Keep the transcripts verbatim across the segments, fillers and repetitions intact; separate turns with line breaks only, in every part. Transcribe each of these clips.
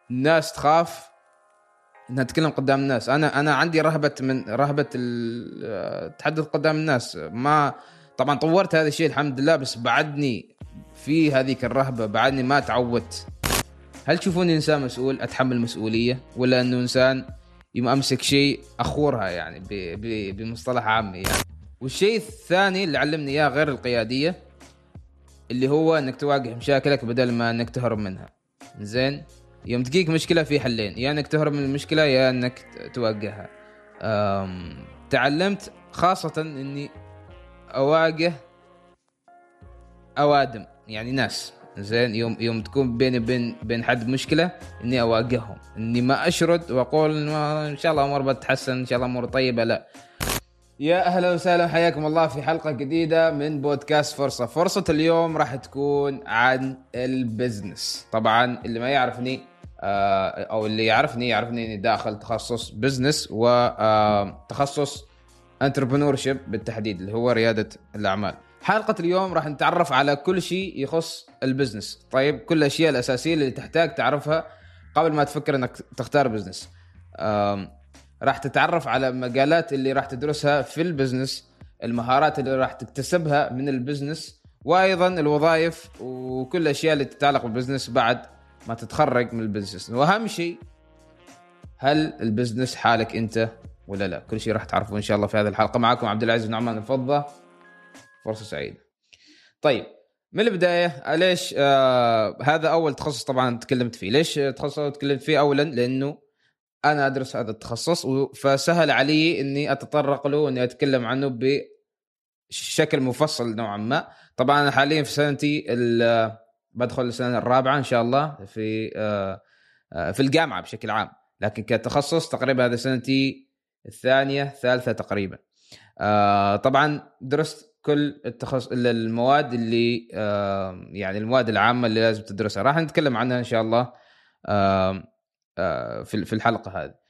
الناس تخاف انها تتكلم قدام الناس. انا انا عندي رهبه من رهبه التحدث قدام الناس. ما طبعا طورت هذا الشيء الحمد لله، بس بعدني في هذيك الرهبه، بعدني ما تعودت. هل تشوفوني انسان مسؤول اتحمل مسؤوليه، ولا انه انسان يوم امسك شيء اخورها يعني ب... ب... بمصطلح عامي يعني؟ والشيء الثاني اللي علمني اياه غير القياديه، اللي هو انك تواجه مشاكلك بدل ما انك تهرب منها. زين، يوم تجيك مشكله في حلين، يا يعني انك تهرب من المشكله يا انك تواجهها. تعلمت خاصه اني اواجه اوادم، يعني ناس. زين، يوم يوم تكون بيني بين بين حد مشكله، اني اواجههم، اني ما اشرد واقول ان شاء الله امور بتتحسن، ان شاء الله امور طيبه. لا. يا أهلا وسهلا، حياكم الله في حلقة جديدة من بودكاست فرصة. فرصة اليوم راح تكون عن البزنس. طبعا اللي ما يعرفني أو اللي يعرفني يعرفني أني داخل تخصص بزنس وتخصص انتربرنورشيب بالتحديد، اللي هو ريادة الأعمال. حلقة اليوم راح نتعرف على كل شيء يخص البزنس. طيب، كل الأشياء الأساسية اللي تحتاج تعرفها قبل ما تفكر أنك تختار بزنس. راح تتعرف على مجالات اللي راح تدرسها في البزنس، المهارات اللي راح تكتسبها من البزنس، وأيضا الوظائف وكل الأشياء اللي تتعلق بالبزنس بعد ما تتخرج من البزنس. وأهم شيء، هل البزنس حالك أنت ولا لا؟ كل شيء راح تعرفه إن شاء الله في هذه الحلقة. معكم عبد العزيز بن عمان الفضة. فرصة سعيدة. طيب، من البداية، ليش آه هذا أول تخصص طبعا تكلمت فيه؟ ليش تخصص تكلمت فيه؟ أولا لأنه أنا أدرس هذا التخصص، فسهل علي إني أتطرق له وإني أتكلم عنه بشكل مفصل نوعا ما. طبعا أنا حاليا في سنتي بدخل السنة الرابعة إن شاء الله في في الجامعة بشكل عام، لكن كتخصص تقريبا هذا سنتي الثانية ثالثة تقريبا. طبعا درست كل التخصص المواد اللي يعني المواد العامة اللي لازم تدرسها، راح نتكلم عنها إن شاء الله في في الحلقة هذه.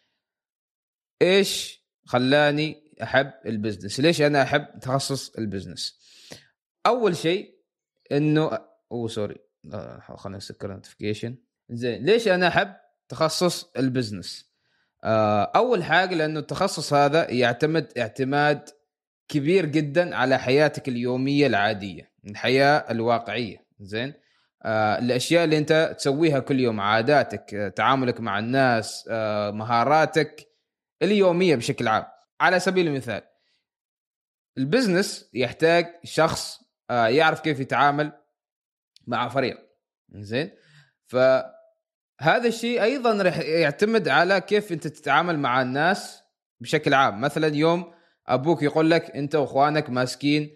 إيش خلاني أحب البزنس؟ ليش أنا أحب تخصص البزنس؟ أول شيء إنه أو سوري خلنا نسكر نوتيفيكيشن. زين، ليش أنا أحب تخصص البزنس؟ أول حاجة لأنه التخصص هذا يعتمد اعتماد كبير جدا على حياتك اليومية العادية، الحياة الواقعية. زين، آه الأشياء اللي أنت تسويها كل يوم، عاداتك، تعاملك مع الناس، آه مهاراتك اليومية بشكل عام. على سبيل المثال، البزنس يحتاج شخص آه يعرف كيف يتعامل مع فريق. زين، فهذا الشيء أيضا رح يعتمد على كيف أنت تتعامل مع الناس بشكل عام. مثلا يوم أبوك يقول لك أنت وأخوانك ماسكين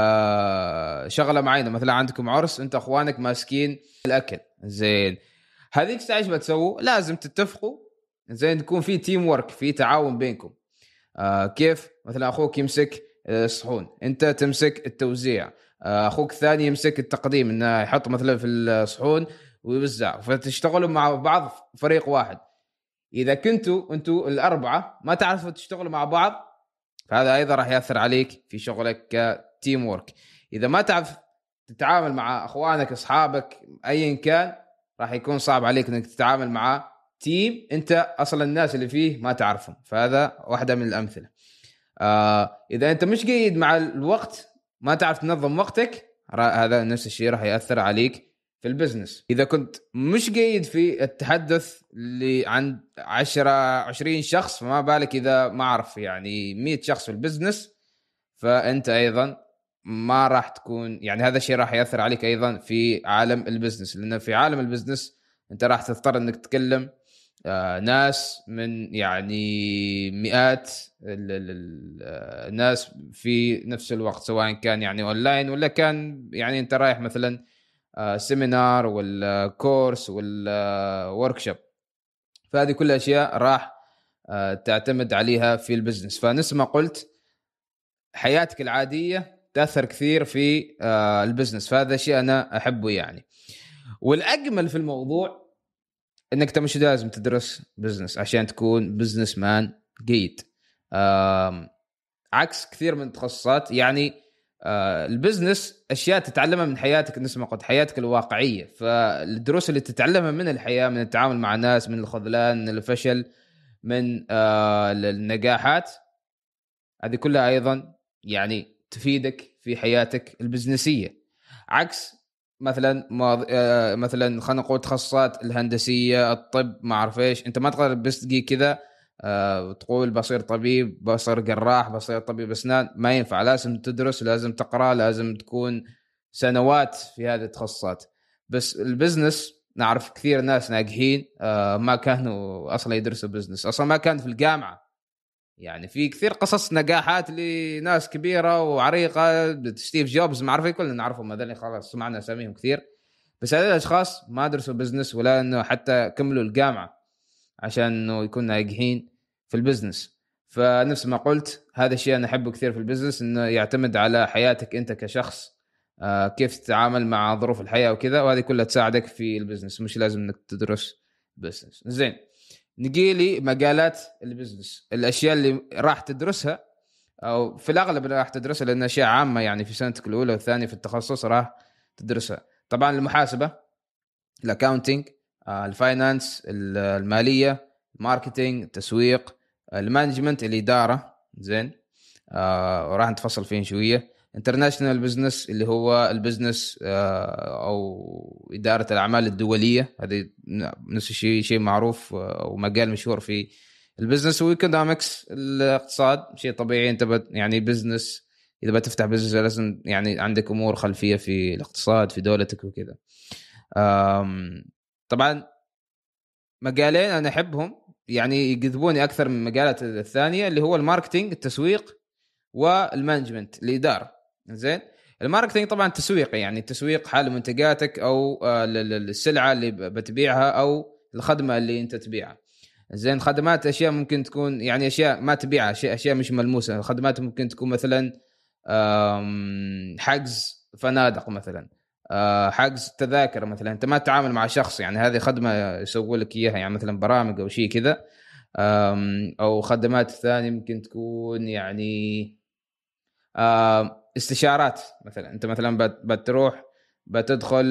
آه شغلة معينة، مثلا عندكم عرس، أنت أخوانك ماسكين الأكل. زين، هذيك الساعة إيش بتسووا؟ لازم تتفقوا. زين، تكون في تيم وورك، في تعاون بينكم. آه كيف مثلا أخوك يمسك الصحون، أنت تمسك التوزيع، آه أخوك الثاني يمسك التقديم، إنه يحط مثلا في الصحون ويوزع، فتشتغلوا مع بعض فريق واحد. إذا كنتوا أنتوا الأربعة ما تعرفوا تشتغلوا مع بعض، فهذا أيضا راح يأثر عليك في شغلك كتيم وورك. إذا ما تعرف تتعامل مع أخوانك أصحابك أيا كان، راح يكون صعب عليك أنك تتعامل مع تيم أنت أصلا الناس اللي فيه ما تعرفهم. فهذا واحدة من الأمثلة. آه إذا أنت مش جيد مع الوقت، ما تعرف تنظم وقتك، هذا نفس الشيء راح يأثر عليك في البزنس. إذا كنت مش جيد في التحدث اللي عند عشرة عشرين شخص، فما بالك إذا ما أعرف يعني مية شخص في البزنس، فأنت أيضا ما راح تكون يعني هذا الشيء راح يأثر عليك أيضا في عالم البزنس. لأنه في عالم البزنس أنت راح تضطر أنك تتكلم آه ناس من يعني مئات الناس في نفس الوقت، سواء كان يعني أونلاين ولا كان يعني أنت رايح مثلا آه سيمينار ولا كورس ولا وركشوب. فهذه كل أشياء راح آه تعتمد عليها في البزنس. فنسمع قلت حياتك العادية تأثر كثير في آه البزنس، فهذا شيء أنا أحبه يعني. والأجمل في الموضوع انك انت مش لازم تدرس بزنس عشان تكون بزنس مان جيد. عكس كثير من التخصصات يعني. آه البزنس اشياء تتعلمها من حياتك، نسمع قد حياتك الواقعيه. فالدروس اللي تتعلمها من الحياه، من التعامل مع الناس، من الخذلان، من الفشل، من آه النجاحات، هذه كلها ايضا يعني تفيدك في حياتك البزنسيه. عكس مثلا ما آه مثلا خلينا نقول تخصصات الهندسيه، الطب، ما اعرف ايش، انت ما تقدر بس تجي كذا آه تقول بصير طبيب، بصير جراح، بصير طبيب اسنان. ما ينفع، لازم تدرس، لازم تقرا، لازم تكون سنوات في هذه التخصصات. بس البزنس نعرف كثير ناس ناجحين آه ما كانوا اصلا يدرسوا بزنس، اصلا ما كان في الجامعه. يعني في كثير قصص نجاحات لناس كبيره وعريقه، ستيف جوبز، ما اعرف إيه، كلنا نعرفهم هذول، خلاص سمعنا اساميهم كثير. بس هذول الاشخاص ما درسوا بزنس ولا انه حتى كملوا الجامعه عشان انه يكون ناجحين في البزنس. فنفس ما قلت، هذا الشيء انا احبه كثير في البزنس، انه يعتمد على حياتك انت كشخص، آه كيف تتعامل مع ظروف الحياه وكذا، وهذه كلها تساعدك في البزنس، مش لازم انك تدرس بزنس. زين، نجي لي مجالات البزنس، الاشياء اللي راح تدرسها او في الاغلب راح تدرسها لان اشياء عامه، يعني في سنتك الاولى والثانيه في التخصص راح تدرسها. طبعا المحاسبه، الاكاونتنج، الفاينانس، الماليه، الماركتينج، التسويق، المانجمنت، الاداره. زين، آه وراح نتفصل فيه شويه. انترناشنال بزنس اللي هو البزنس آه او اداره الاعمال الدوليه، هذه نفس الشيء، شيء معروف آه ومجال مشهور في البزنس. وايكونومكس، الاقتصاد، شيء طبيعي، انت بت يعني بزنس، اذا بتفتح بزنس لازم يعني عندك امور خلفيه في الاقتصاد في دولتك وكذا. طبعا مجالين انا احبهم، يعني يجذبوني اكثر من مجالات الثانيه، اللي هو الماركتينج، التسويق، والمانجمنت، الاداره. زين، الماركتينج طبعا تسويق، يعني تسويق حال منتجاتك او السلعه اللي بتبيعها او الخدمه اللي انت تبيعها. زين، خدمات اشياء ممكن تكون يعني اشياء ما تبيعها، اشياء اشياء مش ملموسه. خدمات ممكن تكون مثلا حجز فنادق مثلا، حجز تذاكر مثلا، انت ما تتعامل مع شخص، يعني هذه خدمه يسوي لك اياها، يعني مثلا برامج او شيء كذا. او خدمات ثانيه ممكن تكون يعني استشارات مثلا، انت مثلا بتروح بتدخل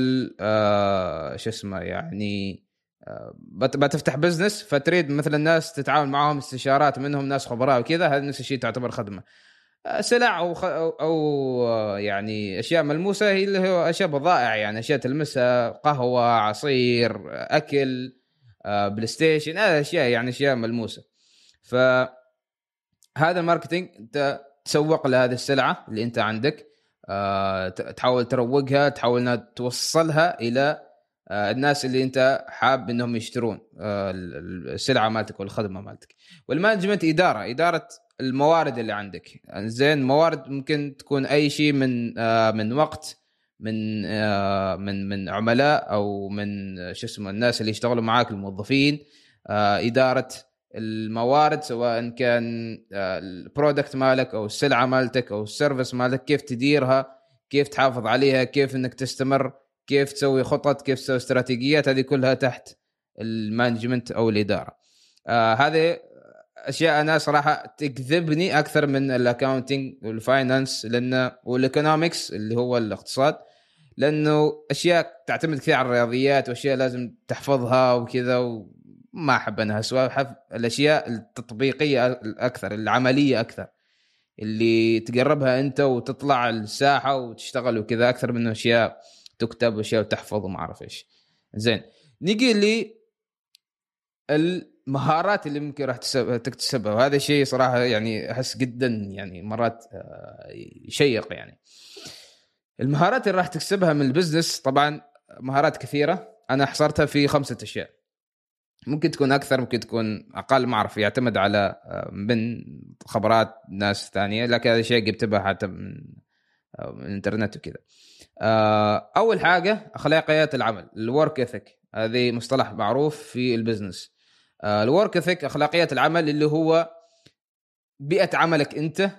شو اسمه يعني بتفتح بزنس، فتريد مثلا ناس تتعامل معهم استشارات منهم، ناس خبراء وكذا، هذا نفس الشيء تعتبر خدمه. سلع أو, خ... أو أو يعني أشياء ملموسة، هي اللي هو أشياء بضائع، يعني أشياء تلمسها، قهوة، عصير، أكل، بلاي ستيشن، هذا أشياء يعني أشياء ملموسة. فهذا الماركتينج، أنت تسوق لهذه السلعة اللي أنت عندك، تحاول تروجها، تحاول أنها توصلها إلى الناس اللي أنت حاب أنهم يشترون السلعة مالتك والخدمة مالتك. والمانجمنت إدارة، إدارة الموارد اللي عندك. زين، موارد ممكن تكون اي شيء من آه من وقت، من آه من من عملاء، او من آه شو اسمه الناس اللي يشتغلوا معاك، الموظفين. آه اداره الموارد، سواء كان آه البرودكت مالك او السلعه مالتك او السيرفيس مالك، كيف تديرها، كيف تحافظ عليها، كيف انك تستمر، كيف تسوي خطط، كيف تسوي استراتيجيات، هذه كلها تحت المانجمنت او الاداره. آه هذه اشياء انا صراحه تجذبني اكثر من الاكاونتنج والفاينانس، لانه والايكونومكس اللي هو الاقتصاد، لانه اشياء تعتمد كثير على الرياضيات، واشياء لازم تحفظها وكذا، وما احب انا هسوا احب الاشياء التطبيقيه اكثر، العمليه اكثر، اللي تقربها انت وتطلع الساحه وتشتغل وكذا، اكثر من اشياء تكتب واشياء وتحفظ وما اعرف ايش. زين، نيجي لي المهارات اللي ممكن راح تكتسبها، وهذا الشيء صراحة يعني أحس جدا يعني مرات يشيق. يعني المهارات اللي راح تكسبها من البزنس، طبعا مهارات كثيرة، أنا حصرتها في خمسة أشياء، ممكن تكون أكثر ممكن تكون أقل، ما أعرف، يعتمد على من خبرات ناس ثانية، لكن هذا الشيء جبتها حتى من, من الإنترنت وكذا. أول حاجة أخلاقيات العمل، الورك إثيك، هذه مصطلح معروف في البزنس. الورك إثيك، أخلاقيات العمل، اللي هو بيئة عملك أنت،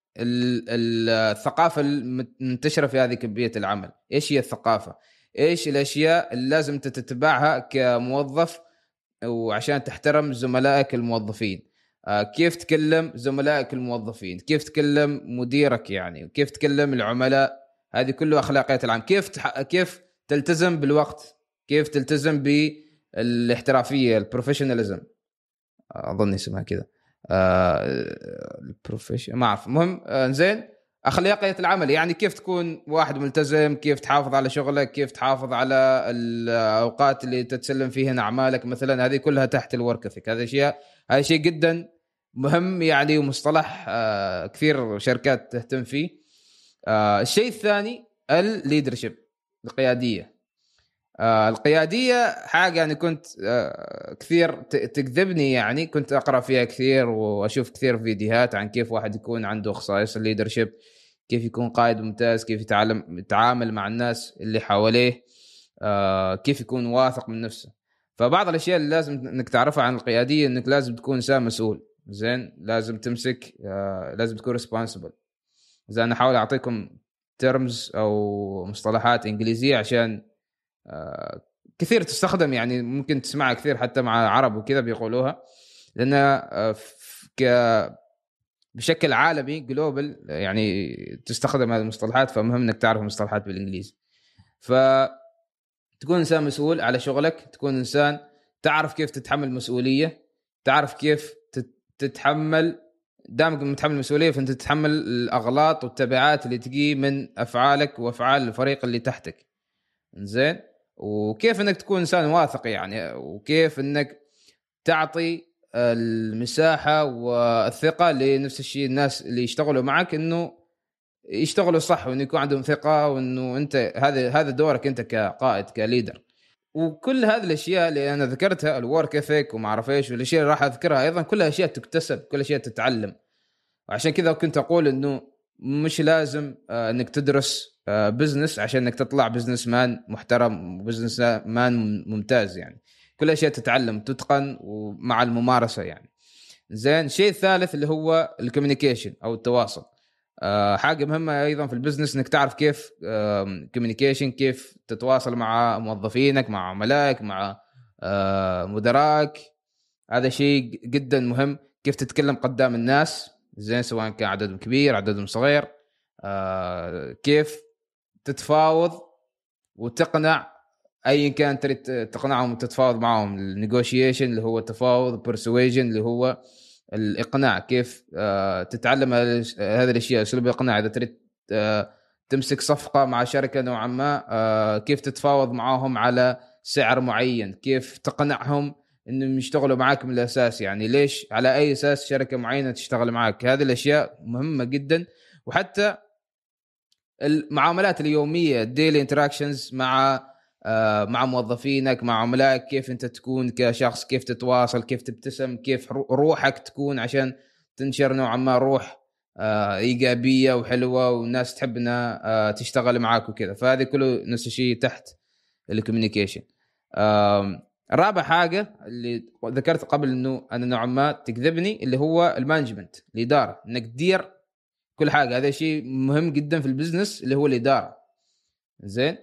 الثقافة المنتشرة في هذه بيئة العمل. إيش هي الثقافة؟ إيش الأشياء اللي لازم تتبعها كموظف وعشان تحترم زملائك الموظفين؟ آه، كيف تكلم زملائك الموظفين، كيف تكلم مديرك يعني، كيف تكلم العملاء. هذه كله أخلاقيات العمل. كيف تح... كيف تلتزم بالوقت، كيف تلتزم بالاحترافية، البروفيشناليزم، اظن اسمها كذا. البروفيشن ما اعرف، المهم آه زين. اخلاقيات العمل يعني كيف تكون واحد ملتزم، كيف تحافظ على شغلك، كيف تحافظ على الاوقات اللي تتسلم فيها اعمالك مثلا. هذه كلها تحت الورك اثيك. هذا شيء هذا شيء جدا مهم يعني، ومصطلح آه كثير شركات تهتم فيه. آه الشيء الثاني الليدرشيب، القياديه. آه القيادية حاجة أنا كنت آه كثير تجذبني يعني، كنت أقرأ فيها كثير وأشوف كثير فيديوهات عن كيف واحد يكون عنده خصائص الليدرشيب، كيف يكون قائد ممتاز، كيف يتعلم يتعامل مع الناس اللي حواليه، آه كيف يكون واثق من نفسه. فبعض الأشياء اللي لازم إنك تعرفها عن القيادية، إنك لازم تكون إنسان مسؤول. زين، لازم تمسك آه لازم تكون responsible. زين، أنا أحاول أعطيكم terms أو مصطلحات إنجليزية عشان آه، كثير تستخدم يعني، ممكن تسمعها كثير حتى مع عرب وكذا بيقولوها، لأنها بشكل عالمي جلوبال يعني تستخدم هذه المصطلحات. فمهم انك تعرف المصطلحات بالانجليزي. فتكون انسان مسؤول على شغلك، تكون انسان تعرف كيف تتحمل مسؤولية، تعرف كيف تتحمل، دامك متحمل المسؤولية فانت تتحمل الاغلاط والتبعات اللي تجي من افعالك وافعال الفريق اللي تحتك. زين، وكيف انك تكون انسان واثق يعني، وكيف انك تعطي المساحة والثقة لنفس الشيء الناس اللي يشتغلوا معك، انه يشتغلوا صح، وانه يكون عندهم ثقة، وانه انت هذا هذا دورك انت كقائد كليدر. وكل هذه الاشياء اللي انا ذكرتها، الورك اثيك وما اعرف ايش، والاشياء اللي راح اذكرها ايضا كلها اشياء تكتسب، كل اشياء تتعلم. وعشان كذا كنت اقول انه مش لازم انك تدرس بزنس عشان انك تطلع بزنس مان محترم وبزنس مان ممتاز يعني. كل اشياء تتعلم تتقن ومع الممارسه يعني. زين، الشيء الثالث اللي هو الكوميونيكيشن او التواصل. أه حاجه مهمه ايضا في البزنس انك تعرف كيف كوميونيكيشن، كيف تتواصل مع موظفينك، مع عملائك، مع أه مدراك. هذا شيء جدا مهم. كيف تتكلم قدام الناس، زين، سواء كان عددهم كبير عددهم صغير. أه كيف تتفاوض وتقنع اي كان تريد تقنعهم وتتفاوض معهم. النيغوشيشن اللي هو التفاوض، بيرسويجن اللي هو الاقناع. كيف آه تتعلم هذه الاشياء، اسلوب الاقناع. اذا تريد آه تمسك صفقه مع شركه نوعا ما، آه كيف تتفاوض معهم على سعر معين، كيف تقنعهم انهم يشتغلوا معك من الاساس يعني، ليش على اي اساس شركه معينه تشتغل معك. هذه الاشياء مهمه جدا. وحتى المعاملات اليوميه، الديلي انتراكشنز مع آه مع موظفينك، مع عملائك، كيف انت تكون كشخص، كيف تتواصل، كيف تبتسم، كيف روحك تكون عشان تنشر نوعا ما روح آه ايجابيه وحلوه والناس تحب انها آه تشتغل معاك وكذا. فهذه كله نفس الشيء تحت الكوميونيكيشن. آه رابع حاجه اللي ذكرت قبل انه انا نوعا ما تجذبني، اللي هو المانجمنت، الاداره، انك تدير كل حاجه. هذا شيء مهم جدا في البزنس اللي هو الاداره. زين،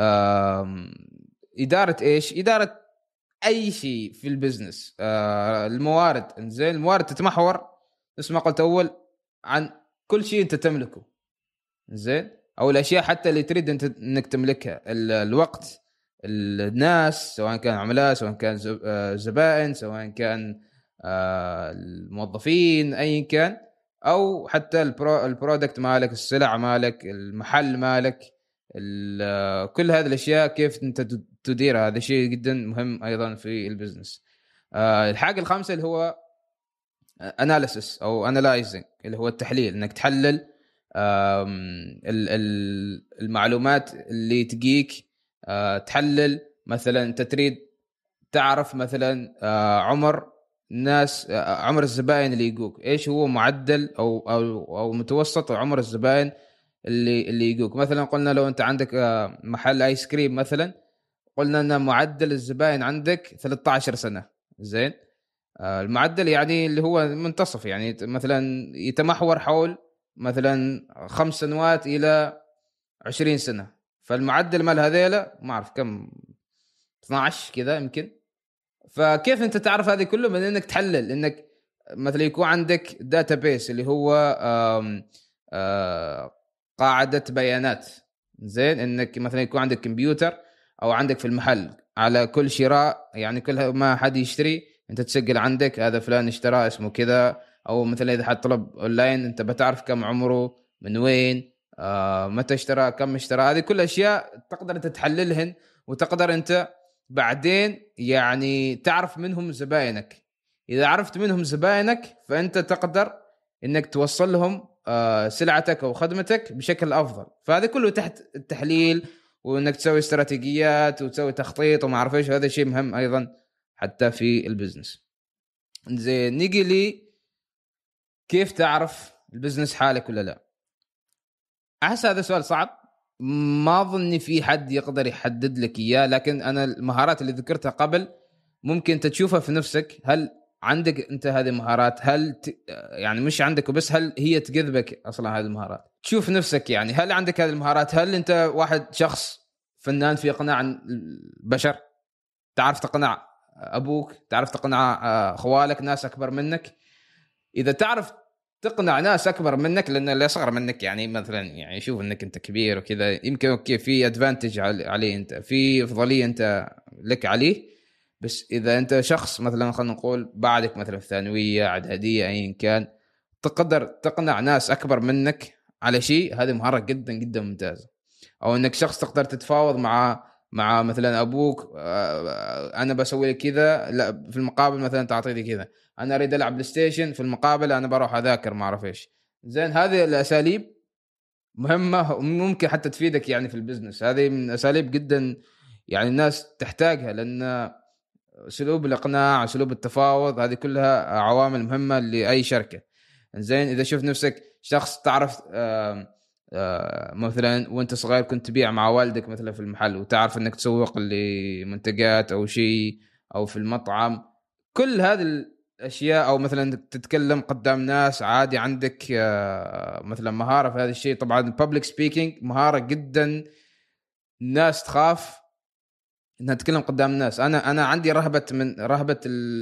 اداره ايش؟ اداره اي شيء في البزنس. آه الموارد، زين، الموارد تتمحور مثل ما قلت اول عن كل شيء انت تملكه. زين، او الاشياء حتى اللي تريد انت انك تملكها، الوقت، الناس، سواء كان عملاء، سواء كان زبائن، سواء كان آه الموظفين، اي كان، او حتى البرو البرودكت مالك، السلع مالك، المحل مالك، كل هذه الاشياء كيف انت تديرها. هذا شيء جدا مهم ايضا في البزنس. آه الحاجه الخامسه اللي هو اناليسيس او انالايزنج، اللي هو التحليل، انك تحلل المعلومات اللي تجيك. آه تحلل مثلا انت تريد تعرف مثلا آه عمر ناس، آه عمر الزبائن اللي يجوك، ايش هو معدل او او او متوسط عمر الزبائن اللي اللي يجوك. مثلا قلنا لو انت عندك آه محل ايس كريم مثلا، قلنا ان معدل الزبائن عندك ثلاثة عشر سنة. زين، آه المعدل يعني اللي هو منتصف يعني، مثلا يتمحور حول مثلا خمس سنوات الى عشرين سنة. فالمعدل مال هذيلا ما اعرف كم، اثنا عشر كذا يمكن. فكيف انت تعرف هذه كله؟ من انك تحلل، انك مثلا يكون عندك داتابيس اللي هو آم آه قاعدة بيانات، زين، انك مثلا يكون عندك كمبيوتر او عندك في المحل على كل شراء، يعني كل ما حد يشتري انت تسجل عندك هذا فلان اشترى اسمه كذا، او مثلا اذا حد طلب اونلاين انت بتعرف كم عمره، من وين، آه متى اشترى، كم اشترى. هذه كل اشياء تقدر انت تحللهن، وتقدر انت بعدين يعني تعرف منهم زباينك. اذا عرفت منهم زباينك فانت تقدر انك توصل لهم آه سلعتك او خدمتك بشكل افضل. فهذا كله تحت التحليل، وانك تسوي استراتيجيات وتسوي تخطيط وما اعرف ايش. هذا شيء مهم ايضا حتى في البزنس. زين، نيجي لي كيف تعرف البزنس حالك ولا لا. احس هذا سؤال صعب، ما اظن في حد يقدر يحدد لك اياه، لكن انا المهارات اللي ذكرتها قبل ممكن انت تشوفها في نفسك. هل عندك انت هذه المهارات؟ هل ت... يعني مش عندك وبس، هل هي تجذبك اصلا هذه المهارات؟ تشوف نفسك يعني هل عندك هذه المهارات؟ هل انت واحد شخص فنان في اقناع البشر؟ تعرف تقنع ابوك، تعرف تقنع اخوالك، ناس اكبر منك. اذا تعرف تقنع ناس اكبر منك، لان اللي اصغر منك يعني مثلا يعني يشوف انك انت كبير وكذا، يمكن اوكي في ادفانتج عليه، انت في افضليه انت لك عليه. بس اذا انت شخص مثلا خلينا نقول بعدك مثلا في ثانويه اعداديه ايا كان، تقدر تقنع ناس اكبر منك على شيء، هذه مهاره جدا جدا ممتازه. او انك شخص تقدر تتفاوض مع مع مثلا ابوك، انا بسوي لك كذا، لا في المقابل مثلا تعطيني كذا. انا اريد العب بلاي ستيشن، في المقابل انا بروح اذاكر ما اعرف ايش. زين، هذه الاساليب مهمه، ممكن حتى تفيدك يعني في البزنس. هذه من اساليب جدا يعني الناس تحتاجها، لان اسلوب الاقناع، اسلوب التفاوض، هذه كلها عوامل مهمه لاي شركه. زين، اذا شفت نفسك شخص تعرف آه آه مثلا وانت صغير كنت تبيع مع والدك مثلا في المحل، وتعرف انك تسوق لمنتجات او شيء، او في المطعم، كل هذه الاشياء، او مثلا تتكلم قدام ناس عادي، عندك آه مثلا مهاره في هذا الشيء. طبعا الببليك سبيكينج مهاره جدا الناس تخاف انها تتكلم قدام الناس. انا انا عندي رهبه من رهبه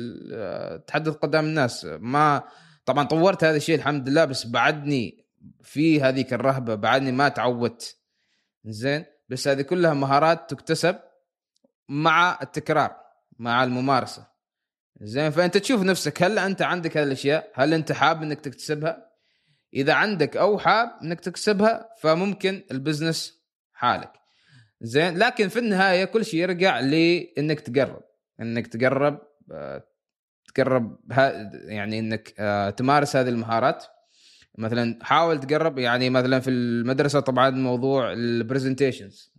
التحدث قدام الناس. ما طبعا طورت هذا الشيء الحمد لله، بس بعدني في هذيك الرهبه، بعدني ما تعودت. زين، بس هذه كلها مهارات تكتسب مع التكرار، مع الممارسه. زين، فانت تشوف نفسك هل انت عندك هذه الاشياء، هل انت حاب انك تكتسبها. اذا عندك او حاب انك تكسبها فممكن البزنس حالك. زين، لكن في النهايه كل شيء يرجع لانك تقرب، انك تقرب آه، تقرب يعني انك آه، تمارس هذه المهارات. مثلا حاول تقرب، يعني مثلا في المدرسه طبعا موضوع البرزنتيشنز،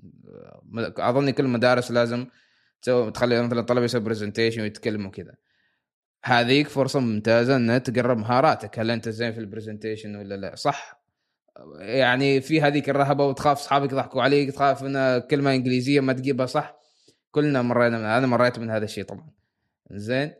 اظن كل المدارس لازم تسوي، تخلي مثلا الطلبه يسوي برزنتيشن ويتكلموا كذا. هذيك فرصه ممتازه ان تقرب مهاراتك، هل انت زين في البرزنتيشن ولا لا. صح، يعني في هذيك الرهبه، وتخاف اصحابك يضحكوا عليك، تخاف ان كلمه انجليزيه ما تجيبها صح. كلنا مرينا من انا مريت من هذا الشيء طبعا. زين،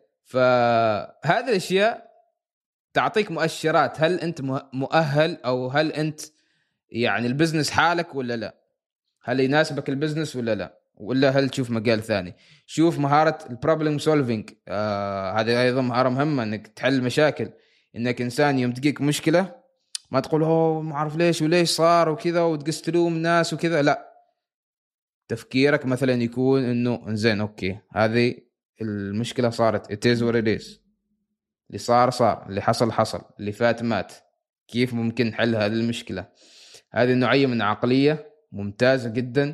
فهذه الاشياء تعطيك مؤشرات هل انت مؤهل، او هل انت يعني البزنس حالك ولا لا، هل يناسبك البزنس ولا لا، ولا هل تشوف مجال ثاني. شوف مهاره البروبلم سولفينج، آه هذه ايضا مهاره مهمه، انك تحل مشاكل. انك انسان يوم تجيك مشكله ما تقول هو ما اعرف ليش وليش صار وكذا وتقص تلوم الناس وكذا، لا. تفكيرك مثلا يكون انه زين اوكي، هذه المشكله صارت، it is what it is، اللي صار صار، اللي حصل حصل، اللي فات مات، كيف ممكن نحل هذه المشكله. هذه النوعيه من عقليه ممتازه جدا،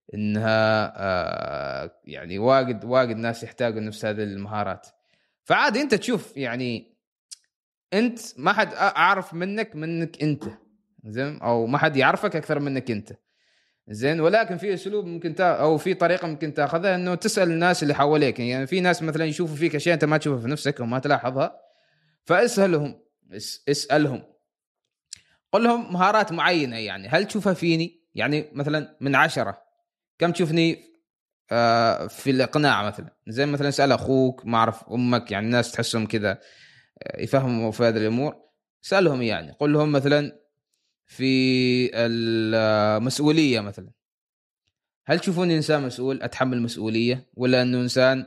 انها آه يعني واجد واجد ناس يحتاجوا نفس هذه المهارات. فعادي انت تشوف يعني انت ما حد اعرف منك منك انت، زين، او ما حد يعرفك اكثر منك انت. زين، ولكن في اسلوب ممكن تا او في طريقه ممكن تاخذها، انه تسال الناس اللي حواليك. يعني في ناس مثلا يشوفوا فيك اشياء انت ما تشوفها في نفسك وما تلاحظها، فاسالهم، اس اسالهم، قل لهم مهارات معينه يعني هل تشوفها فيني، يعني مثلا من عشرة كم تشوفني آه في الاقناع مثلا. زي مثلا اسال اخوك، ما اعرف امك، يعني الناس تحسهم كذا يفهموا في هذه الامور. سالهم يعني قل لهم مثلا في المسؤوليه مثلا، هل تشوفوني انسان مسؤول اتحمل مسؤوليه، ولا انه انسان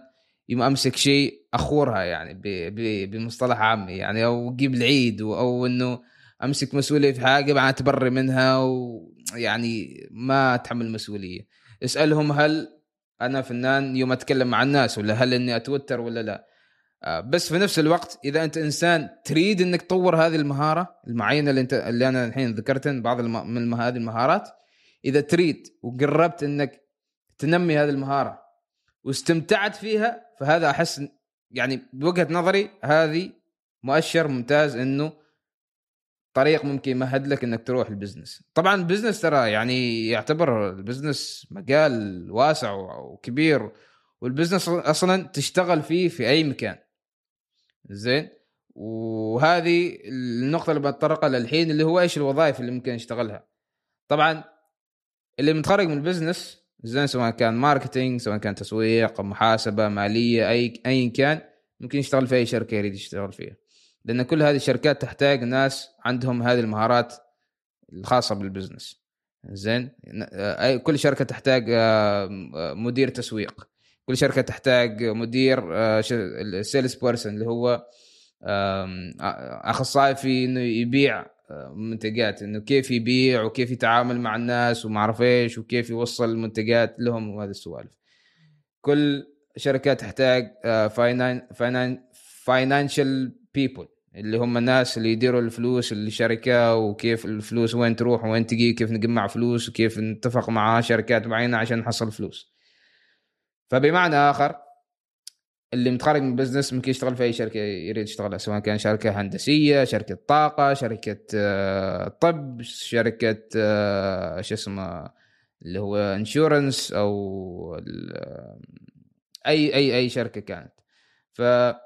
يوم امسك شيء اخورها يعني ب- ب- بمصطلح عامي يعني، او اجيب العيد، او أو انه امسك مسؤوليه في حاجه بعد تبري منها، ويعني ما اتحمل مسؤوليه. اسالهم هل انا فنان يوم اتكلم مع الناس، ولا هل اني اتوتر ولا لا. آه، بس في نفس الوقت اذا انت انسان تريد انك تطور هذه المهاره المعينه اللي انت اللي انا الحين ذكرتها، بعض الم... من الم- هذه المهارات، اذا تريد وقربت انك تنمي هذه المهاره واستمتعت فيها، فهذا احس يعني بوجهة نظري هذه مؤشر ممتاز انه طريق ممكن يمهد لك انك تروح البزنس. طبعا البزنس ترى يعني يعتبر البزنس مجال واسع وكبير، والبزنس اصلا تشتغل فيه في اي مكان. زين. وهذه النقطة اللي بتطرق لها الحين، اللي هو ايش الوظائف اللي ممكن يشتغلها. طبعا اللي متخرج من البزنس زين، سواء كان ماركتينج، سواء كان تسويق، محاسبة، مالية، اي اي كان، ممكن يشتغل في اي شركة يريد يشتغل فيها، لان كل هذه الشركات تحتاج ناس عندهم هذه المهارات الخاصة بالبزنس. زين. اي كل شركة تحتاج آه، مدير تسويق، كل شركة تحتاج مدير السيلز بيرسون اللي هو آم، اخصائي في انه يبيع آه، منتجات، انه كيف يبيع وكيف يتعامل مع الناس وما اعرف ايش، وكيف يوصل المنتجات لهم، وهذه السوالف. كل شركة تحتاج فاينان فاينان فاينانشال بيبل، اللي هم الناس اللي يديروا الفلوس الشركة، وكيف الفلوس وين تروح وين تجي، كيف نجمع فلوس، وكيف نتفق مع شركات معينة عشان نحصل فلوس. فبمعنى آخر، اللي متخرج من بزنس ممكن يشتغل في أي شركة يريد يشتغلها، سواء كان شركة هندسية، شركة طاقة، شركة آه، طب، شركة آه، شو اسمه اللي هو انشورنس، أو أي أي أي شركة كانت. ف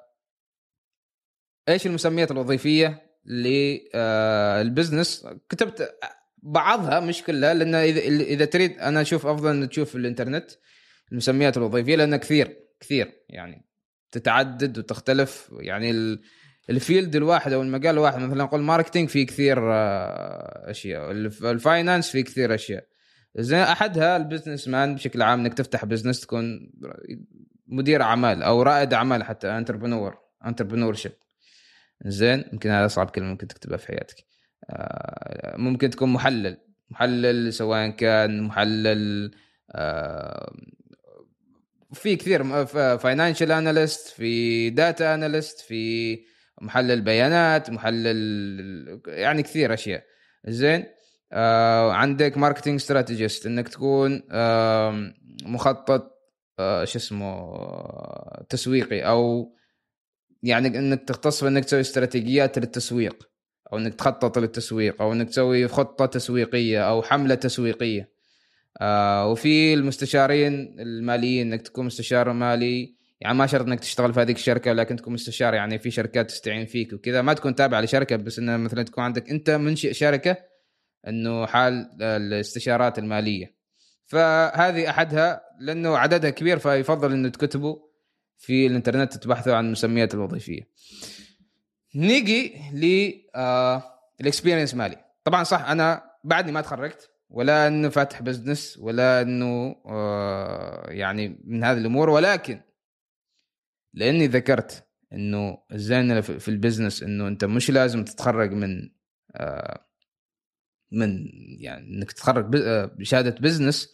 إيش المسميات الوظيفية للبزنس؟ كتبت بعضها مش كلها، لأن إذا إذا تريد أنا أشوف أفضل أن تشوف في الإنترنت المسميات الوظيفية، لأن كثير كثير يعني تتعدد وتختلف. يعني ال- الفيلد الواحد او المجال الواحد، مثلا نقول ماركتينج في كثير آه، اشياء، الف- الفاينانس في كثير اشياء. زين. احدها البزنس مان بشكل عام، انك تفتح بزنس، تكون مدير اعمال او رائد اعمال، حتى انتربرنور انتربرنور شيب. زين. يمكن هذا اصعب كلمه ممكن تكتبها في حياتك. آه، ممكن تكون محلل محلل سواء كان محلل آه، في كثير، فاينانشال اناليست، في داتا اناليست، في محلل بيانات، محلل، يعني كثير اشياء. زين. آه عندك ماركتينج استراتيجيست، انك تكون آه مخطط آه شو اسمه آه، تسويقي، او يعني انك تختص في انك تسوي استراتيجيات للتسويق، او انك تخطط للتسويق، او انك تسوي خطة تسويقية او حملة تسويقية. آه وفي المستشارين الماليين، انك تكون مستشار مالي، يعني ما شرط انك تشتغل في هذيك الشركه، ولكن تكون مستشار يعني في شركات تستعين فيك وكذا، ما تكون تابع لشركه، بس انه مثلا تكون عندك انت منشئ شركه، انه حال الاستشارات الماليه. فهذه احدها، لانه عددها كبير، فيفضل انه تكتبوا في الانترنت تبحثوا عن المسميات الوظيفيه. نيجي ل آه الاكسبيرينس مالي. طبعا صح، انا بعدني ما تخرجت، ولا انه فاتح بزنس، ولا انه آه يعني من هذه الامور، ولكن لاني ذكرت انه الزين في في البزنس انه انت مش لازم تتخرج من آه من يعني انك تتخرج ب- آه، بشهاده بزنس،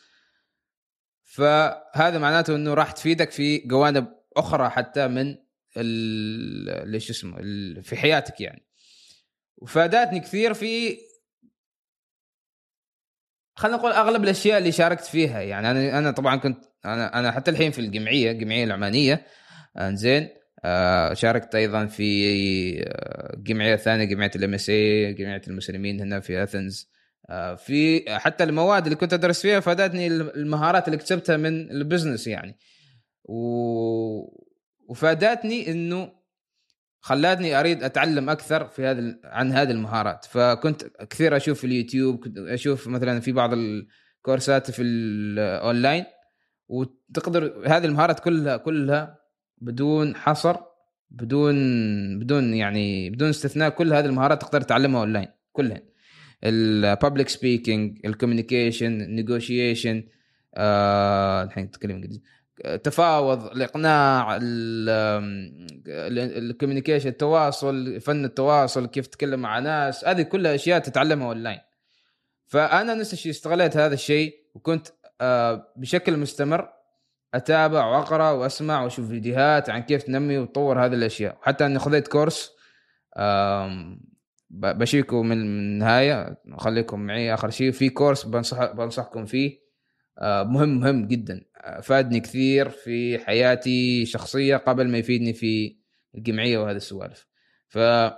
فهذا معناته انه راح تفيدك في جوانب اخرى حتى من ال- ليش اسمه ال- في حياتك يعني. وفادتني كثير في، خلينا نقول اغلب الاشياء اللي شاركت فيها. يعني انا انا طبعا كنت انا انا حتى الحين في الجمعيه الجمعيه العمانيه. زين. آه شاركت ايضا في آه، جمعيه ثانيه، جمعيه الام اس اي، جمعيه المسلمين هنا في اثنز. آه في حتى المواد اللي كنت ادرس فيها فادتني المهارات اللي اكتسبتها من البزنس يعني. و... وفادتني انه خلاتني اريد اتعلم اكثر في هذا عن هذه المهارات. فكنت كثير اشوف في اليوتيوب، كنت اشوف مثلا في بعض الكورسات في الاونلاين، وتقدر هذه المهارات كلها كلها بدون حصر، بدون بدون يعني بدون استثناء، كل هذه المهارات تقدر تعلمها اونلاين كلها. البابليك سبيكينج، الكوميونيكيشن، النيغوشيشن، الحين تتكلم انجليزي، تفاوض، الاقناع، الكوميونيكيشن، التواصل، فن التواصل، كيف تتكلم مع ناس، هذه كلها اشياء تتعلمها اونلاين. فانا نفس الشيء استغليت هذا الشيء، وكنت بشكل مستمر اتابع واقرا واسمع واشوف فيديوهات عن كيف تنمي وتطور هذه الاشياء. حتى اني خذيت كورس بشيكوا من النهايه، خليكم معي اخر شيء، في كورس بنصح بنصحكم فيه، مهم مهم جدا، فادني كثير في حياتي شخصيه قبل ما يفيدني في الجمعيه وهذه السوالف. ف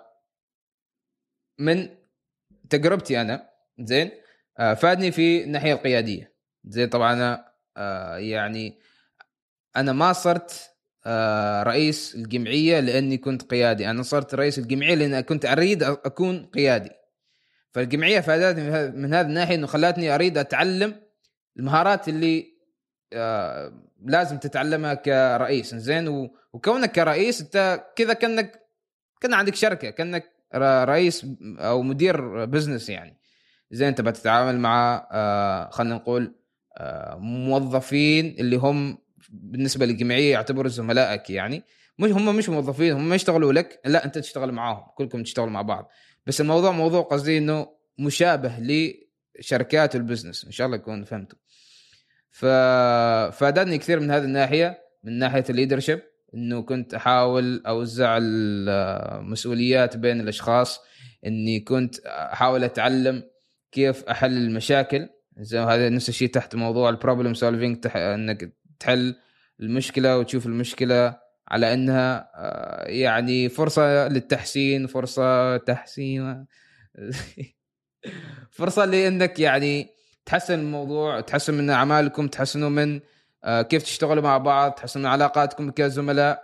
من تجربتي انا زين فادني في الناحيه القياديه. زين طبعا انا يعني انا ما صرت رئيس الجمعيه لاني كنت قيادي، انا صرت رئيس الجمعيه لان كنت اريد اكون قيادي. فالجمعيه فادتني من هذه الناحيه، انه خلاتني اريد اتعلم المهارات اللي لازم تتعلمها كرئيس. زين وكونك كرئيس انت كذا كانك كان عندك شركه، كانك رئيس او مدير بزنس يعني. زين انت بتتعامل مع خلينا نقول موظفين اللي هم بالنسبه للجمعيه يعتبروا زملائك، يعني مش هم مش موظفين، هم ما يشتغلوا لك، لا انت تشتغل معاهم، كلكم تشتغلوا مع بعض. بس الموضوع موضوع قصدي انه مشابه لشركات البزنس، ان شاء الله يكون فهمتوا. ففادني كثير من هذه الناحيه، من ناحيه الليدرشيب، انه كنت احاول اوزع المسؤوليات بين الاشخاص، اني كنت احاول اتعلم كيف احل المشاكل. زي هذا نفس الشيء تحت موضوع البروبلم سولفينج، تح... انك تحل المشكله وتشوف المشكله على انها يعني فرصه للتحسين، فرصه تحسين فرصه لانك يعني تحسن الموضوع، تحسن من اعمالكم، تحسنوا من كيف تشتغلوا مع بعض، تحسن من علاقاتكم كزملاء.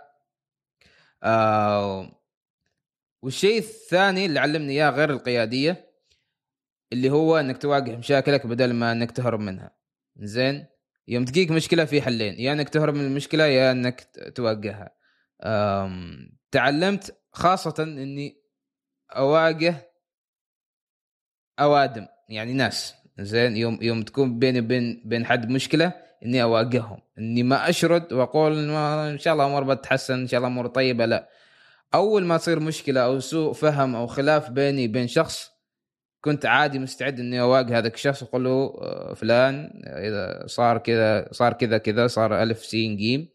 والشيء الثاني اللي علمني اياه غير القياديه، اللي هو انك تواجه مشاكلك بدل ما انك تهرب منها. زين يوم تجيك مشكله في حلين، يا يعني انك تهرب من المشكله يا انك تواجهها. تعلمت خاصه اني اواجه اوادم، يعني ناس. زين يوم يوم تكون بيني وبين بين حد مشكله، اني اواجههم، اني ما اشرد واقول ان شاء الله امور بتتحسن، ان شاء الله امور طيبه. لا، اول ما تصير مشكله او سوء فهم او خلاف بيني وبين شخص، كنت عادي مستعد اني اواجه هذاك الشخص واقول له فلان اذا صار كذا صار كذا كذا صار الف سين جيم،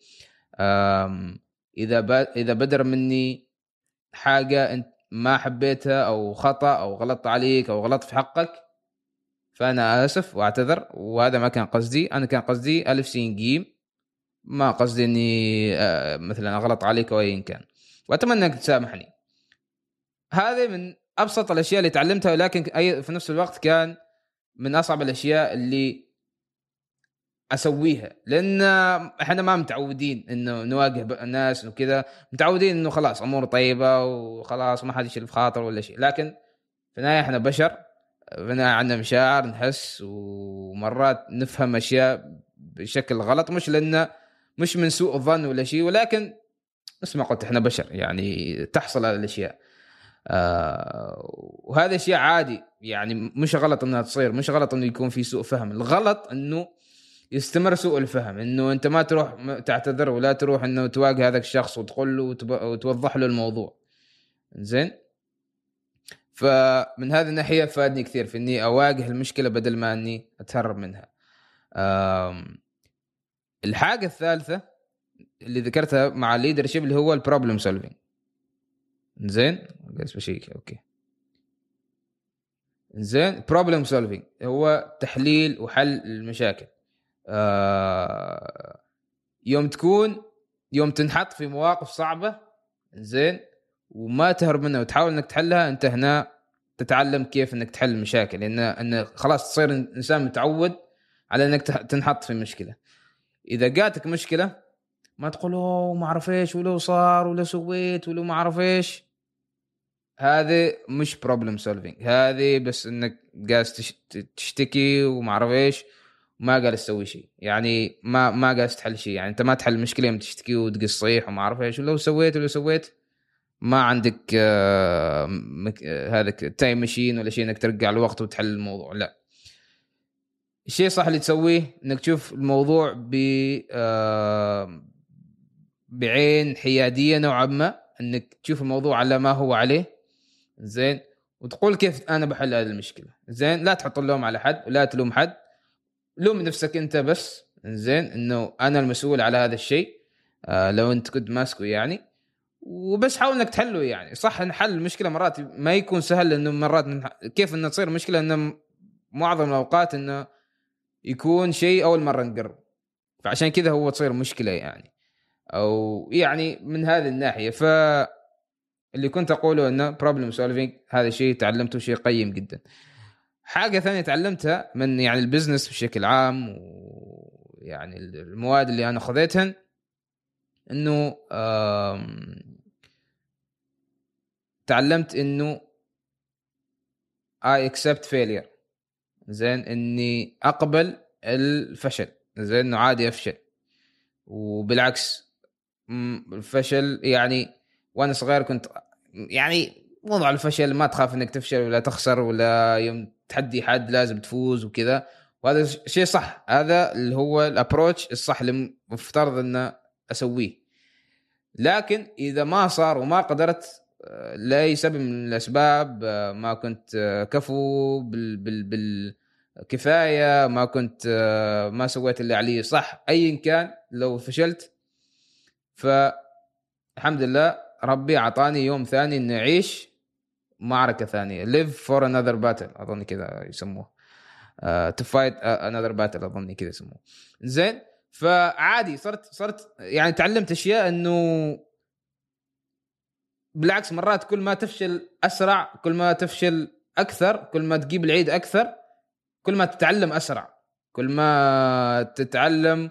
اذا اذا بدر مني حاجه انت ما حبيتها او خطا او غلطت عليك او غلطت في حقك، فانا اسف واعتذر، وهذا ما كان قصدي، انا كان قصدي الف سين جيم، ما قصدي اني مثلا اغلط عليك او ايا كان، واتمنى انك تسامحني. هذه من ابسط الاشياء اللي تعلمتها، ولكن اي في نفس الوقت كان من اصعب الاشياء اللي اسويها، لان احنا ما متعودين انه نواجه الناس وكذا، متعودين انه خلاص امور طيبه وخلاص ما حد يشيل في خاطر ولا شيء. لكن في النهايه احنا بشر، في النهايه عندنا مشاعر، نحس، ومرات نفهم اشياء بشكل غلط، مش لان مش من سوء الظن ولا شيء، ولكن اسمع قلت احنا بشر، يعني تحصل هذه الاشياء. آه وهذا شيء عادي، يعني مش غلط انها تصير، مش غلط انه يكون في سوء فهم. الغلط انه يستمر سوء الفهم، انه انت ما تروح تعتذر ولا تروح انه تواجه هذاك الشخص وتقول له وتوضح له الموضوع. زين فمن هذه الناحيه فادني كثير في اني اواجه المشكله بدل ما اني اتهرب منها. الحاجه الثالثه اللي ذكرتها مع الليدرشيب اللي هو البروبلم سولفينج. زين بس بشيك اوكي. زين بروبلم سولفينج هو تحليل وحل المشاكل. آه يوم تكون يوم تنحط في مواقف صعبة، زين وما تهرب منها وتحاول انك تحلها، انت هنا تتعلم كيف انك تحل المشاكل، لان ان خلاص تصير انسان متعود على انك تنحط في مشكلة. اذا جاتك مشكلة ما تقول اوه ما اعرف ايش ولو صار ولا سويت ولو ما اعرف ايش، هذه مش بروبلم سولفينج، هذه بس انك جالس تشتكي وما اعرف ايش، ما قال تسوي شيء، يعني ما ما قال تحل شيء. يعني انت ما تحل المشكله يوم تشتكي وتقص صيح وما اعرف ايش، ولو سويت ولو سويت ما عندك آه مك... آه هذاك تايم ماشين ولا شيء انك ترجع الوقت وتحل الموضوع. لا، الشيء صح اللي تسويه انك تشوف الموضوع ب آه بعين حياديه نوعا ما، انك تشوف الموضوع على ما هو عليه زين، وتقول كيف انا بحل هذه المشكله زين. لا تحط اللوم على حد ولا تلوم حد، لوم نفسك انت بس زين، انه انا المسؤول على هذا الشيء. آه لو انت كنت ماسكه يعني، وبس حاول انك تحله. يعني صح ان حل المشكله مرات ما يكون سهل، لانه مرات من كيف انه تصير مشكله، انه معظم الاوقات انه يكون شيء اول مره نقرب، فعشان كذا هو تصير مشكله يعني، او يعني من هذه الناحيه. ف اللي كنت اقوله انه problem solving هذا شيء تعلمته، شيء قيم جدا. حاجه ثانيه تعلمتها من يعني البزنس بشكل عام، ويعني المواد اللي انا خذيتها، انه تعلمت انه I accept failure زين، اني اقبل الفشل زين، انه عادي افشل. وبالعكس الفشل يعني، وانا صغير كنت يعني موضوع الفشل ما تخاف انك تفشل ولا تخسر، ولا يوم تحدي حد لازم تفوز وكذا، وهذا شيء صح. هذا اللي هو الابروتش الصح اللي مفترض ان اسويه. لكن اذا ما صار وما قدرت لاي سبب من الاسباب، ما كنت كفو بال بال بالكفايه، ما كنت ما سويت اللي علي صح، ايا كان لو فشلت، فالحمد لله ربي عطاني يوم ثاني اني اعيش معركه ثانيه، live for another battle اظن كذا يسموه، uh, to fight another battle اظن كذا يسموه زين. فعادي صرت صرت يعني تعلمت اشياء، انه بالعكس مرات كل ما تفشل أسرع، كل ما تفشل أكثر، كل ما تجيب العيد أكثر، كل ما تتعلم أسرع، كل ما تتعلم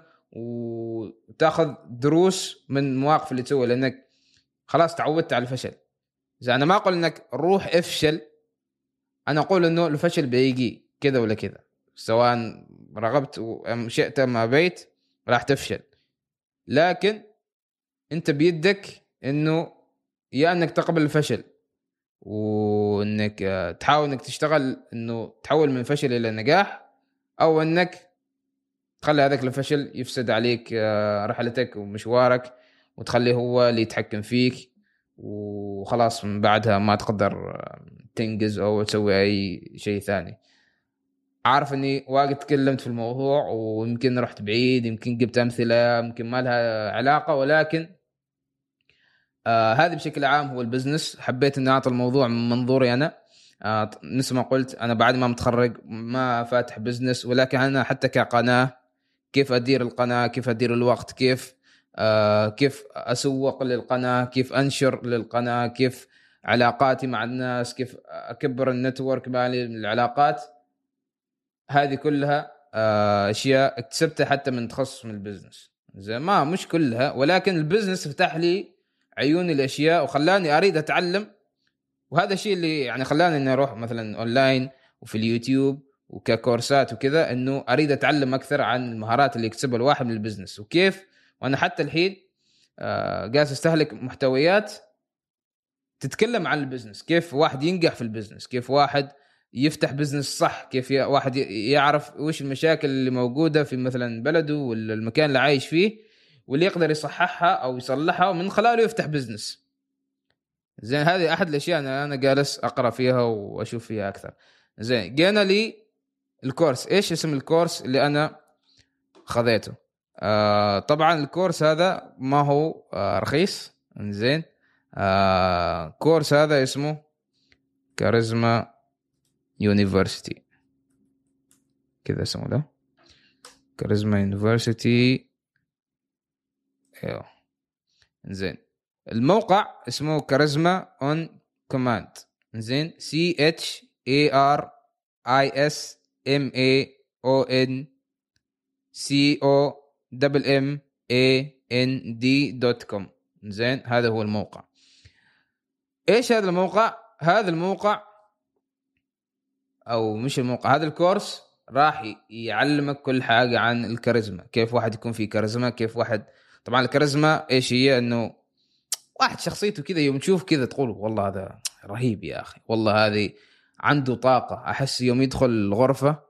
وتأخذ دروس من المواقف اللي تسوي، لأنك خلاص تعودت على الفشل. إذا أنا ما أقول إنك روح افشل، أنا أقول إنه الفشل بيجي كذا ولا كذا، سواء رغبت أم شئت ما بيت راح تفشل. لكن أنت بيدك إنه يا انك تقبل الفشل، وانك تحاول انك تشتغل انه تحول من فشل الى نجاح، او انك تخلي هذاك الفشل يفسد عليك رحلتك ومشوارك، وتخليه هو اللي يتحكم فيك، وخلاص من بعدها ما تقدر تنجز او تسوي اي شيء ثاني. عارف اني واجد تكلمت في الموضوع، ويمكن رحت بعيد، يمكن جبت امثله يمكن ما لها علاقه، ولكن آه هذا بشكل عام هو البزنس. حبيت أن أعطي الموضوع من منظوري أنا. آه نفس ما قلت، أنا بعد ما متخرج ما فاتح بزنس، ولكن أنا حتى كقناة كيف أدير القناة، كيف أدير الوقت، كيف آه كيف أسوق للقناة، كيف أنشر للقناة، كيف علاقاتي مع الناس، كيف أكبر النتورك مالي من العلاقات. هذه كلها آه أشياء اكتسبتها حتى من تخصص من البزنس زي ما مش كلها، ولكن البزنس فتح لي عيوني الاشياء وخلاني اريد اتعلم. وهذا الشيء اللي يعني خلاني اني اروح مثلا اونلاين وفي اليوتيوب وككورسات وكذا، انه اريد اتعلم اكثر عن المهارات اللي يكتسبها الواحد من البزنس، وكيف. وانا حتى الحين آه قاعد استهلك محتويات تتكلم عن البزنس، كيف واحد ينجح في البزنس، كيف واحد يفتح بزنس صح، كيف واحد يعرف وش المشاكل اللي موجودة في مثلا بلده ولا المكان اللي عايش فيه، واللي يقدر يصححها أو يصلحها ومن خلاله يفتح بزنس زين. هذه أحد الأشياء أنا أنا جالس أقرأ فيها وأشوف فيها أكثر زين. جينا لي الكورس. إيش اسم الكورس اللي أنا خذيته؟ آه طبعا الكورس هذا ما هو آه رخيص زين. آه كورس هذا اسمه كاريزما يونيفرسيتي، كذا اسمه ده، كاريزما يونيفرسيتي. ايوه زين. الموقع اسمه كاريزما اون كوماند زين، سي اتش اي ار اي اس ام اي او ان سي او دبل ام اي ان دي دوت كوم زين. هذا هو الموقع. ايش هذا الموقع؟ هذا الموقع او مش الموقع، هذا الكورس راح يعلمك كل حاجة عن الكاريزما، كيف واحد يكون فيه كاريزما، كيف واحد. طبعا الكاريزما ايش هي؟ انه واحد شخصيته كذا يوم تشوف كذا تقول والله هذا رهيب يا اخي، والله هذه عنده طاقة. احس يوم يدخل الغرفة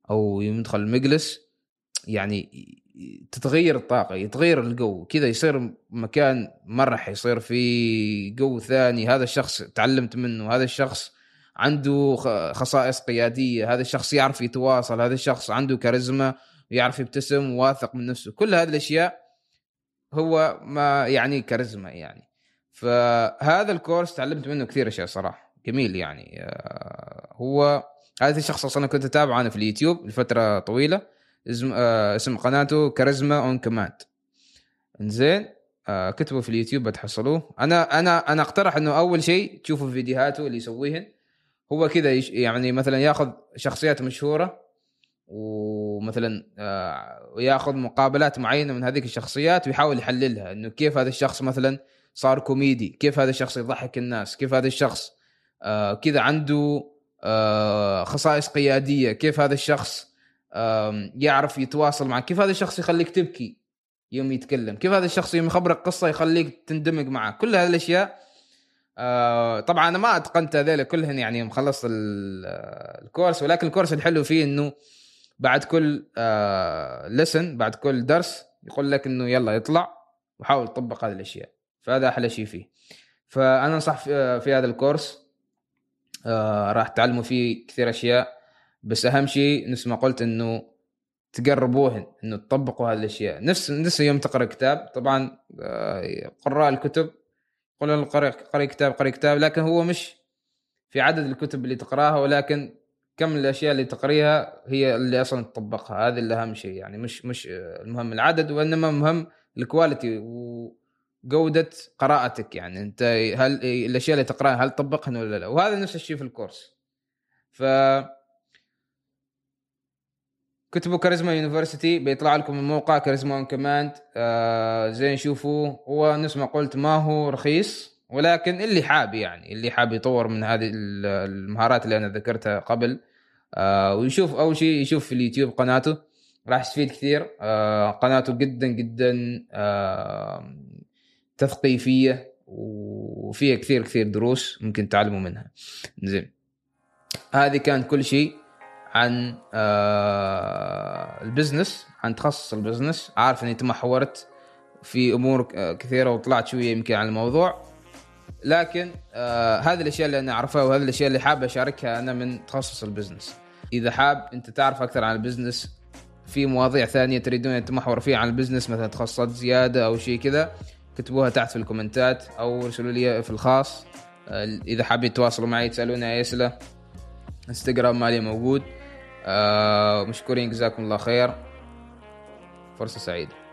او يوم يدخل المجلس يعني تتغير الطاقة، يتغير الجو كذا، يصير مكان مرح، يصير في جو ثاني. هذا الشخص تعلمت منه، هذا الشخص عنده خصائص قيادية، هذا الشخص يعرف يتواصل، هذا الشخص عنده كاريزما، يعرف يبتسم، واثق من نفسه. كل هذه الأشياء هو ما يعني كاريزما يعني. فهذا الكورس تعلمت منه كثير أشياء صراحة، جميل يعني. هو هذا الشخص أصلا كنت أتابعه أنا في اليوتيوب لفترة طويلة، اسم آه اسم قناته كاريزما اون كماند. انزين آه كتبوا في اليوتيوب بتحصلوه. انا انا انا اقترح انه اول شيء تشوفوا فيديوهاته اللي يسويهن. هو كذا يعني مثلا ياخذ شخصيات مشهوره، ومثلا آه ياخذ مقابلات معينه من هذيك الشخصيات ويحاول يحللها، انه كيف هذا الشخص مثلا صار كوميدي، كيف هذا الشخص يضحك الناس، كيف هذا الشخص آه كذا عنده آه خصائص قياديه، كيف هذا الشخص يعرف يتواصل معك، كيف هذا الشخص يخليك تبكي يوم يتكلم، كيف هذا الشخص يوم يخبرك قصة يخليك تندمج معه. كل هذه الأشياء آه طبعا أنا ما أتقنت هذول كلهن يعني مخلص الكورس، ولكن الكورس الحلو فيه إنه بعد كل آه لسن، بعد كل درس يقول لك إنه يلا يطلع وحاول تطبق هذه الأشياء. فهذا أحلى شيء فيه. فأنا أنصح في, في هذا الكورس آه راح تعلموا فيه كثير أشياء، بس أهم شيء نفس ما قلت إنه تقربوهن، إنه تطبقوا هذه الأشياء. نفس نفس يوم تقرأ كتاب، طبعا قراء الكتب يقولون قرأ قرأ كتاب قرأ كتاب، لكن هو مش في عدد الكتب اللي تقرأها، ولكن كم الأشياء اللي تقريها هي اللي أصلا تطبقها. هذا اللي أهم شيء يعني، مش مش المهم العدد، وإنما مهم الكواليتي وجودة قراءتك. يعني أنت هل الأشياء اللي تقرأها هل تطبقها ولا لا؟ وهذا نفس الشيء في الكورس. ف كتبوا كاريزما يونيفرسيتي بيطلع لكم الموقع كاريزما اون كماند. آه زين شوفوا، هو نفس ما قلت ما هو رخيص، ولكن اللي حاب يعني اللي حاب يطور من هذه المهارات اللي انا ذكرتها قبل آه ويشوف اول شيء يشوف في اليوتيوب قناته، راح يستفيد كثير. آه قناته جدا جدا آه تثقيفية، وفيها كثير كثير دروس ممكن تعلموا منها. زين هذه كان كل شيء عن آه البزنس، عن تخصص البزنس. عارف اني تمحورت في امور كثيره وطلعت شويه يمكن عن الموضوع، لكن آه هذه الاشياء اللي انا اعرفها وهذه الاشياء اللي حابب اشاركها انا من تخصص البزنس. اذا حاب انت تعرف اكثر عن البزنس، في مواضيع ثانيه تريدون ان تمحور فيها عن البزنس، مثلا تخصصات زياده او شيء كذا، كتبوها تحت في الكومنتات او ارسلوا لي في الخاص. آه اذا حابين تتواصلوا معي تسالوني اي اسئله، انستغرام مالي موجود. آه مشكورين، جزاكم الله خير، فرصة سعيدة.